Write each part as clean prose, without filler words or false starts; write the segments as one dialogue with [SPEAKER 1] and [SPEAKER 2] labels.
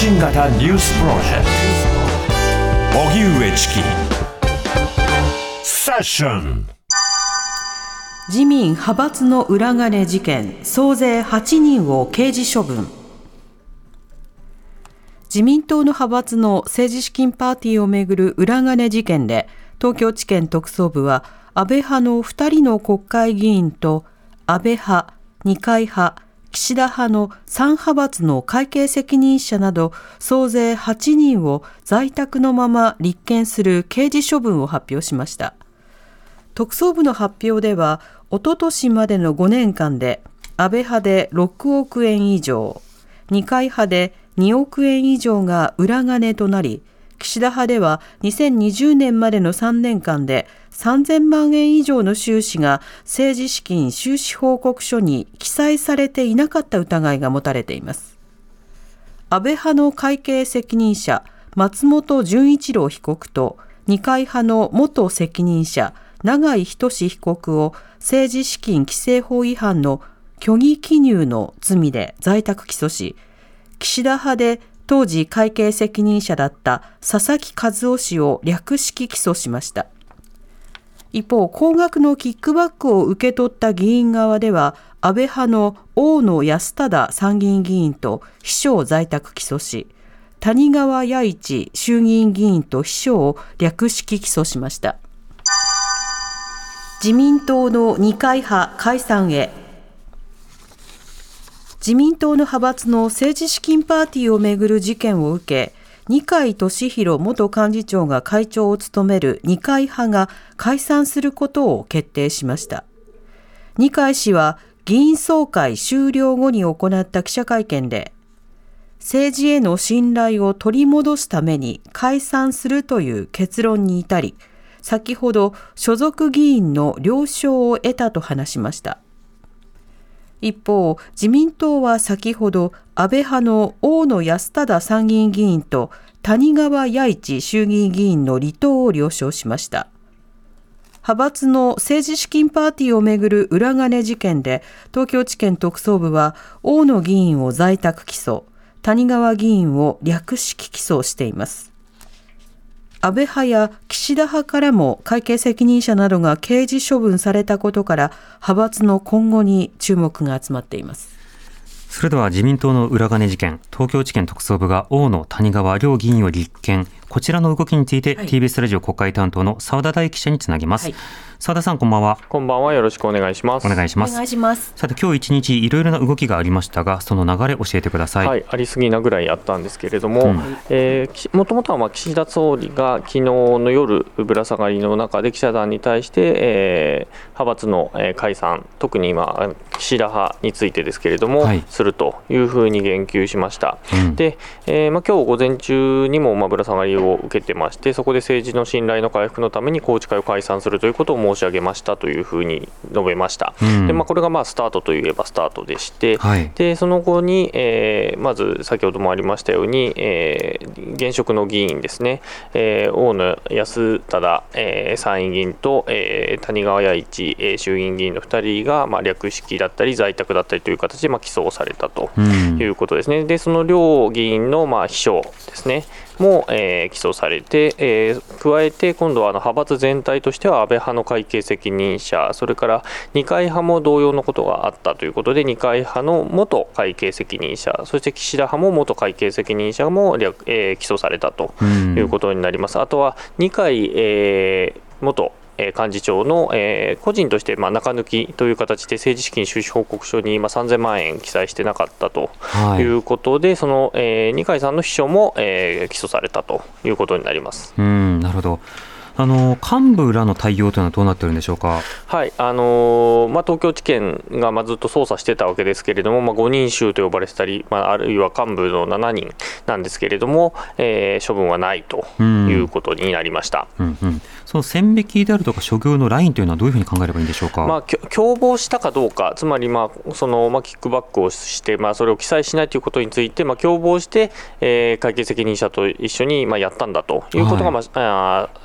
[SPEAKER 1] 信型ニュースプロジェクト荻上チキセッション。
[SPEAKER 2] 自民派閥の裏金事件、総勢8人を刑事処分。自民党の派閥の政治資金パーティーをめぐる裏金事件で、東京地検特捜部は安倍派の2人の国会議員と安倍派、二階派、岸田派の3派閥の会計責任者など総勢8人を在宅のまま立件する刑事処分を発表しました。特捜部の発表では、おととしまでの5年間で安倍派で6億円以上、二階派で2億円以上が裏金となり、岸田派では2020年までの3年間で3000万円以上の収支が政治資金収支報告書に記載されていなかった疑いが持たれています。安倍派の会計責任者松本純一郎被告と二階派の元責任者永井仁被告を政治資金規正法違反の虚偽記入の罪で在宅起訴し、岸田派で当時会計責任者だった佐々木一夫氏を略式起訴しました。一方、高額のキックバックを受け取った議員側では、安倍派の大野安忠参議院議員と秘書を在宅起訴し、谷川弥一衆議院議員と秘書を略式起訴しました。自民党の二階派解散へ。自民党の派閥の政治資金パーティーをめぐる事件を受け、二階俊博元幹事長が会長を務める二階派が解散することを決定しました。二階氏は議員総会終了後に行った記者会見で、政治への信頼を取り戻すために解散するという結論に至り、先ほど所属議員の了承を得たと話しました。一方、自民党は先ほど安倍派の大野安忠参議院議員と谷川弥一衆議院議員の離党を了承しました。派閥の政治資金パーティーをめぐる裏金事件で、東京地検特捜部は大野議員を在宅起訴、谷川議員を略式起訴しています。安倍派や岸田派からも会計責任者などが刑事処分されたことから、派閥の今後に注目が集まっています。
[SPEAKER 3] それでは自民党の裏金事件、東京地検特捜部が大野、谷川両議員を立件、こちらの動きについて、はい、TBS ラジオ国会担当の澤田大記者につなぎます。はい、澤田さん、こんばんは。
[SPEAKER 4] こんばんは、よろしくお願いします。
[SPEAKER 3] お願いします。
[SPEAKER 2] お願いします。
[SPEAKER 3] さて、今日一日いろいろな動きがありましたが、その流れ教えてください。
[SPEAKER 4] はい、ありすぎなぐらいあったんですけれども、もともとは岸田総理が昨日の夜ぶら下がりの中で記者団に対して、派閥の解散、特に今岸田派についてですけれども、はい、するというふうに言及しました。で、今日午前中にもぶら下がりを受けてまして、そこで政治の信頼の回復のために宏池会を解散するということを申し上げましたというふうに述べました。で、これがスタートといえばスタートでして、はい、でその後に、まず先ほどもありましたように、現職の議員ですね、大野安忠、参院議員と、谷川弥一、衆議院議員の2人が、略式だったり在宅だったりという形で、起訴されたということですね。でその両議員の、秘書ですねも、起訴されて、加えて今度は派閥全体としては安倍派の会計責任者、それから二階派も同様のことがあったということで、二階派の元会計責任者、そして岸田派も元会計責任者も、起訴されたということになります。あとは二階、元幹事長の、個人として中抜きという形で政治資金収支報告書に3000万円記載してなかったということで、はい、その、二階さんの秘書も、起訴されたということになります。
[SPEAKER 3] なるほど。幹部らの対応というのはどうなっているんでしょうか。
[SPEAKER 4] はい、東京地検がずっと捜査してたわけですけれども、5人衆と呼ばれてたり、あるいは幹部の7人なんですけれども、処分はないということになりました。
[SPEAKER 3] その線引きであるとか処遇のラインというのはどういうふうに考えればいいんでしょうか。
[SPEAKER 4] 共謀したかどうか、つまり、そのキックバックをして、それを記載しないということについて、共謀して、会計責任者と一緒にやったんだということが、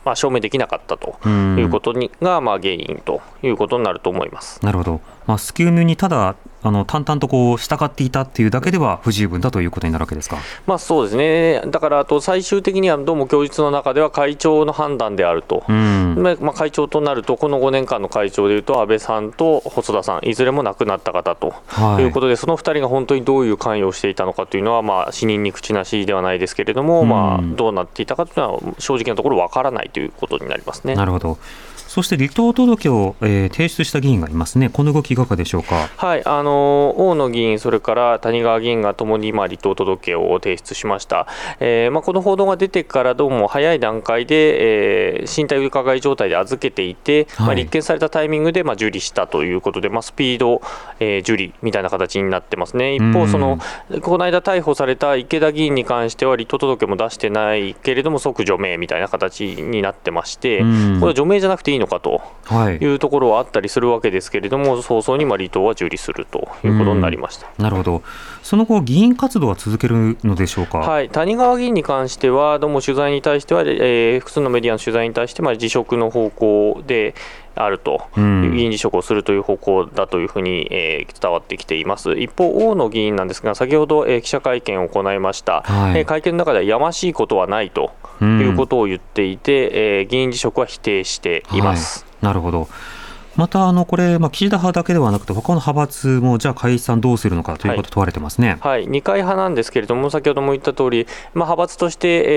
[SPEAKER 4] 証明できなかったということが原因ということになると思います。
[SPEAKER 3] なるほど。スキュームにただ淡々と従っていたっていうだけでは不十分だということになるわけですか。
[SPEAKER 4] そうですね。だからあと最終的にはどうも供述の中では会長の判断であると、会長となるとこの5年間の会長でいうと安倍さんと細田さんいずれも亡くなった方ということで、その2人が本当にどういう関与をしていたのかというのは死人に口なしではないですけれども、どうなっていたかというのは正直なところわからないということになりますね。
[SPEAKER 3] なるほど。そして離党届を、提出した議員がいますね。この動きいかがでしょうか。
[SPEAKER 4] はい、大野議員、それから谷川議員がともに離党届を提出しました。この報道が出てからどうも早い段階で、身体伺い状態で預けていて、立件されたタイミングで受理したということで、スピード、受理みたいな形になってますね。一方この間逮捕された池田議員に関しては離党届も出してないけれども即除名みたいな形になってまして、これは除名じゃなくていいのかというところはあったりするわけですけれども、早々に離党は受理するということになりました。
[SPEAKER 3] なるほど。その後議員活動は続けるのでしょうか。
[SPEAKER 4] はい、谷川議員に関してはどうも取材に対しては、複数のメディアの取材に対して辞職の方向であると、議員辞職をするという方向だというふうに、伝わってきています。一方、大野議員なんですが、先ほど、記者会見を行いました。会見の中ではやましいことはないということを言っていて、議員辞職は否定しています。
[SPEAKER 3] なるほど。またこれ、岸田派だけではなくて他の派閥もじゃあ解散どうするのかということ問われてますね。
[SPEAKER 4] 二階派なんですけれども、先ほども言った通り、派閥として、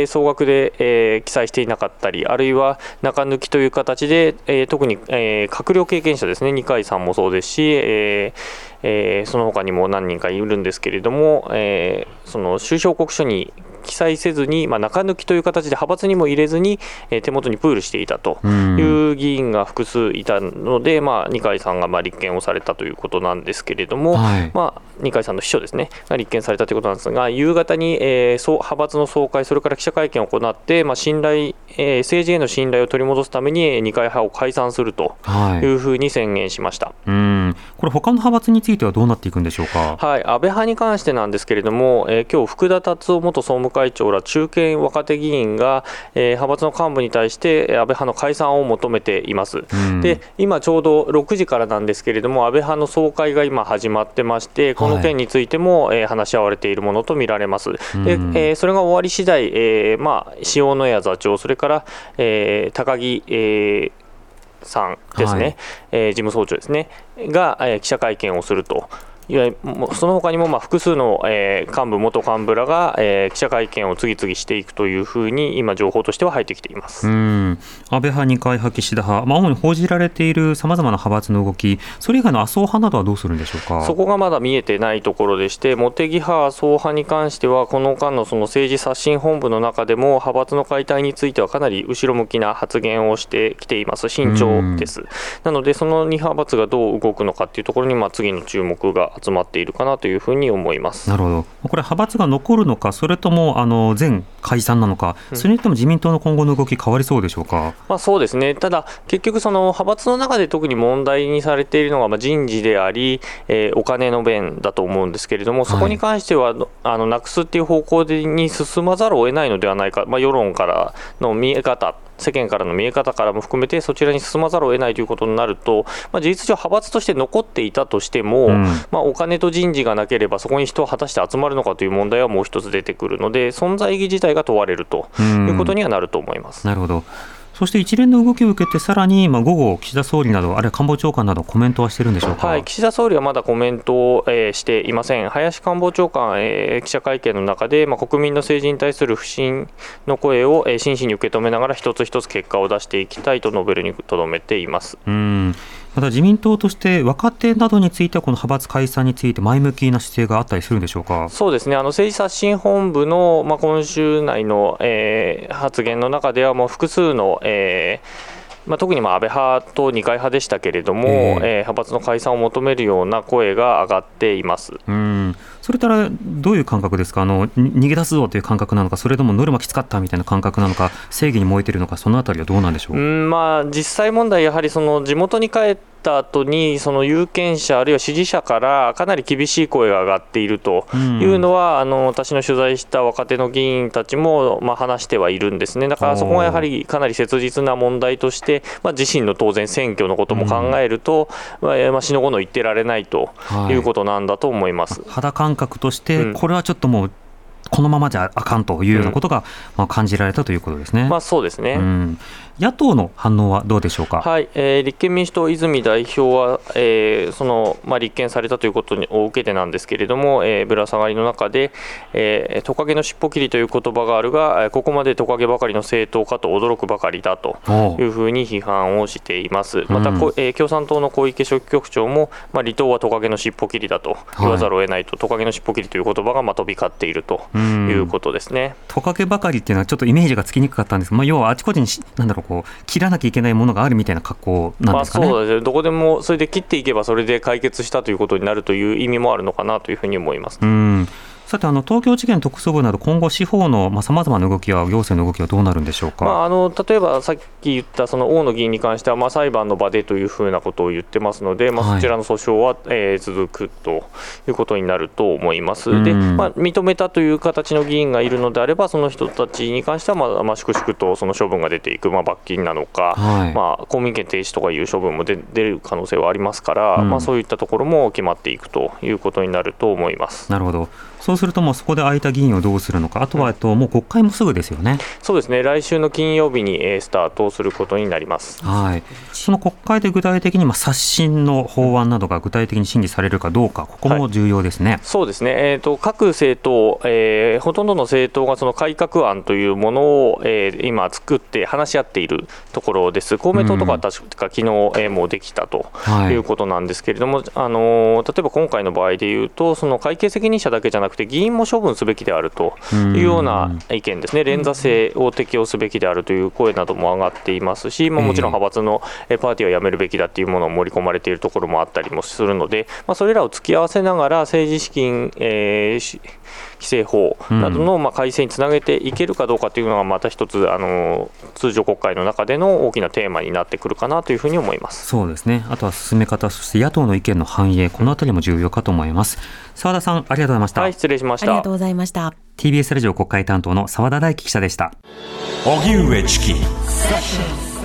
[SPEAKER 4] 総額で、記載していなかったり、あるいは中抜きという形で、特に、閣僚経験者ですね、二階さんもそうですし、その他にも何人かいるんですけれども、その収支報告書に記載せずに、中抜きという形で派閥にも入れずに、手元にプールしていたという議員が複数いたので、二階さんが立憲をされたということなんですけれども、二階さんの秘書ですねが立憲されたということなんですが、夕方に、派閥の総会、それから記者会見を行って、政治への信頼を取り戻すために二階派を解散するというふうに宣言しました。
[SPEAKER 3] これ他の派閥についてはどうなっていくんでしょうか。
[SPEAKER 4] 安倍派に関してなんですけれども、今日福田達夫元総務会長ら中堅若手議員が、派閥の幹部に対して安倍派の解散を求めています。で今ちょうど6時からなんですけれども、安倍派の総会が今始まってまして、この件についても、話し合われているものとみられます。で、それが終わり次第、塩谷座長、それから、高木、さんですね、事務総長ですねが、記者会見をすると。その他にも複数の、元幹部らが、記者会見を次々していくというふうに今情報としては入ってきています。
[SPEAKER 3] 安倍派、二階派、岸田派、主に報じられているさまざまな派閥の動き、それ以外の麻生派などはどうするんでしょうか。
[SPEAKER 4] そこがまだ見えてないところでして、茂木派、麻生派に関してはこの間のその政治刷新本部の中でも派閥の解体についてはかなり後ろ向きな発言をしてきています。慎重です。なのでその2派閥がどう動くのかというところに、次の注目が集まっているかなというふうに思います。
[SPEAKER 3] なるほど。これ派閥が残るのか、それとも全解散なのか、それによっても自民党の今後の動き変わりそうでしょうか。
[SPEAKER 4] そうですね。ただ結局その派閥の中で特に問題にされているのが人事であり、お金の弁だと思うんですけれども、そこに関しては、なくすっていう方向に進まざるを得ないのではないか、世論からの見え方、世間からの見え方からも含めてそちらに進まざるを得ないということになると、事実上派閥として残っていたとしても、お金と人事がなければそこに人は果たして集まるのかという問題はもう一つ出てくるので、存在意義自体が問われるということにはなると思います。
[SPEAKER 3] なるほど。そして一連の動きを受けて、さらに午後、岸田総理など、あるいは官房長官など、コメントはしてるんでしょうか。
[SPEAKER 4] 岸田総理はまだコメントを、していません。林官房長官、記者会見の中で、国民の政治に対する不信の声を、真摯に受け止めながら、一つ一つ結果を出していきたいと述べるにとどめています。
[SPEAKER 3] また自民党として若手などについてはこの派閥解散について前向きな姿勢があったりするんでしょうか。
[SPEAKER 4] そうですね。政治刷新本部の、今週内の、発言の中ではもう複数の、特に安倍派と二階派でしたけれども、派閥の解散を求めるような声が上がっています。
[SPEAKER 3] それからどういう感覚ですか。逃げ出すぞという感覚なのか、それともノルマきつかったみたいな感覚なのか、正義に燃えているのか、そのあたりはどうなんでしょう。
[SPEAKER 4] 実際問題、やはりその地元に帰ってった後にその有権者あるいは支持者からかなり厳しい声が上がっているというのは、私の取材した若手の議員たちも話してはいるんですね。だからそこがやはりかなり切実な問題として、自身の当然選挙のことも考えると、しのごの言ってられないということなんだと思います。
[SPEAKER 3] 肌感覚としてこれはちょっともうこのままじゃあかんというようなことが感じられたということですね。
[SPEAKER 4] そうですね。
[SPEAKER 3] 野党の反応はどうでしょうか。
[SPEAKER 4] はい、立憲民主党泉代表は、その立憲されたということを受けてなんですけれども、ぶら下がりの中で、トカゲの尻尾切りという言葉があるが、ここまでトカゲばかりの政党かと驚くばかりだというふうに批判をしています。また、共産党の小池書記局長も、離党はトカゲの尻尾切りだと言わざるを得ないと、トカゲの尻尾切りという言葉が飛び交っているということですね。
[SPEAKER 3] トカゲばかりっていうのはちょっとイメージがつきにくかったんですが、要はあちこちに切らなきゃいけないものがあるみたいな格好なんですかね。
[SPEAKER 4] そうですね。どこでもそれで切っていけばそれで解決したということになるという意味もあるのかなというふうに思います。
[SPEAKER 3] さて東京地検特捜部など今後司法のさまざまな動きや行政の動きはどうなるんでしょうか。
[SPEAKER 4] 例えばさっき言ったその大野議員に関しては裁判の場でというふうなことを言ってますので、そちらの訴訟は、続くということになると思います。で、認めたという形の議員がいるのであればその人たちに関しては粛々とその処分が出ていく、罰金なのか、公民権停止とかいう処分も出る可能性はありますから、そういったところも決まっていくということになると思います。
[SPEAKER 3] なるほど。そうするとそこで空いた議員をどうするのか、あとはもう国会もすぐですよね。
[SPEAKER 4] そうですね。来週の金曜日にスタートをすることになります。
[SPEAKER 3] その国会で具体的に刷新の法案などが具体的に審議されるかどうか、ここも重要ですね。
[SPEAKER 4] そうですね。各政党、ほとんどの政党がその改革案というものを、今作って話し合っているところです。公明党とかは確か昨日、もうできたということなんですけれども、例えば今回の場合でいうとその会計責任者だけじゃなくて議員も処分すべきであるというような意見ですね。連座制を適用すべきであるという声なども上がっていますし、もちろん派閥のパーティーはやめるべきだというものを盛り込まれているところもあったりもするので、それらを突き合わせながら政治資金、規正法などの改正につなげていけるかどうかというのがまた一つ通常国会の中での大きなテーマになってくるかなというふうに思います。
[SPEAKER 3] そうですね。あとは進め方、そして野党の意見の反映、このあたりも重要かと思います。澤田さん、ありがとうございました。
[SPEAKER 4] 失礼しました。
[SPEAKER 2] ありがとうございました。
[SPEAKER 3] TBS ラジオ国会担当の澤田大樹記者でした。
[SPEAKER 1] 荻上チキ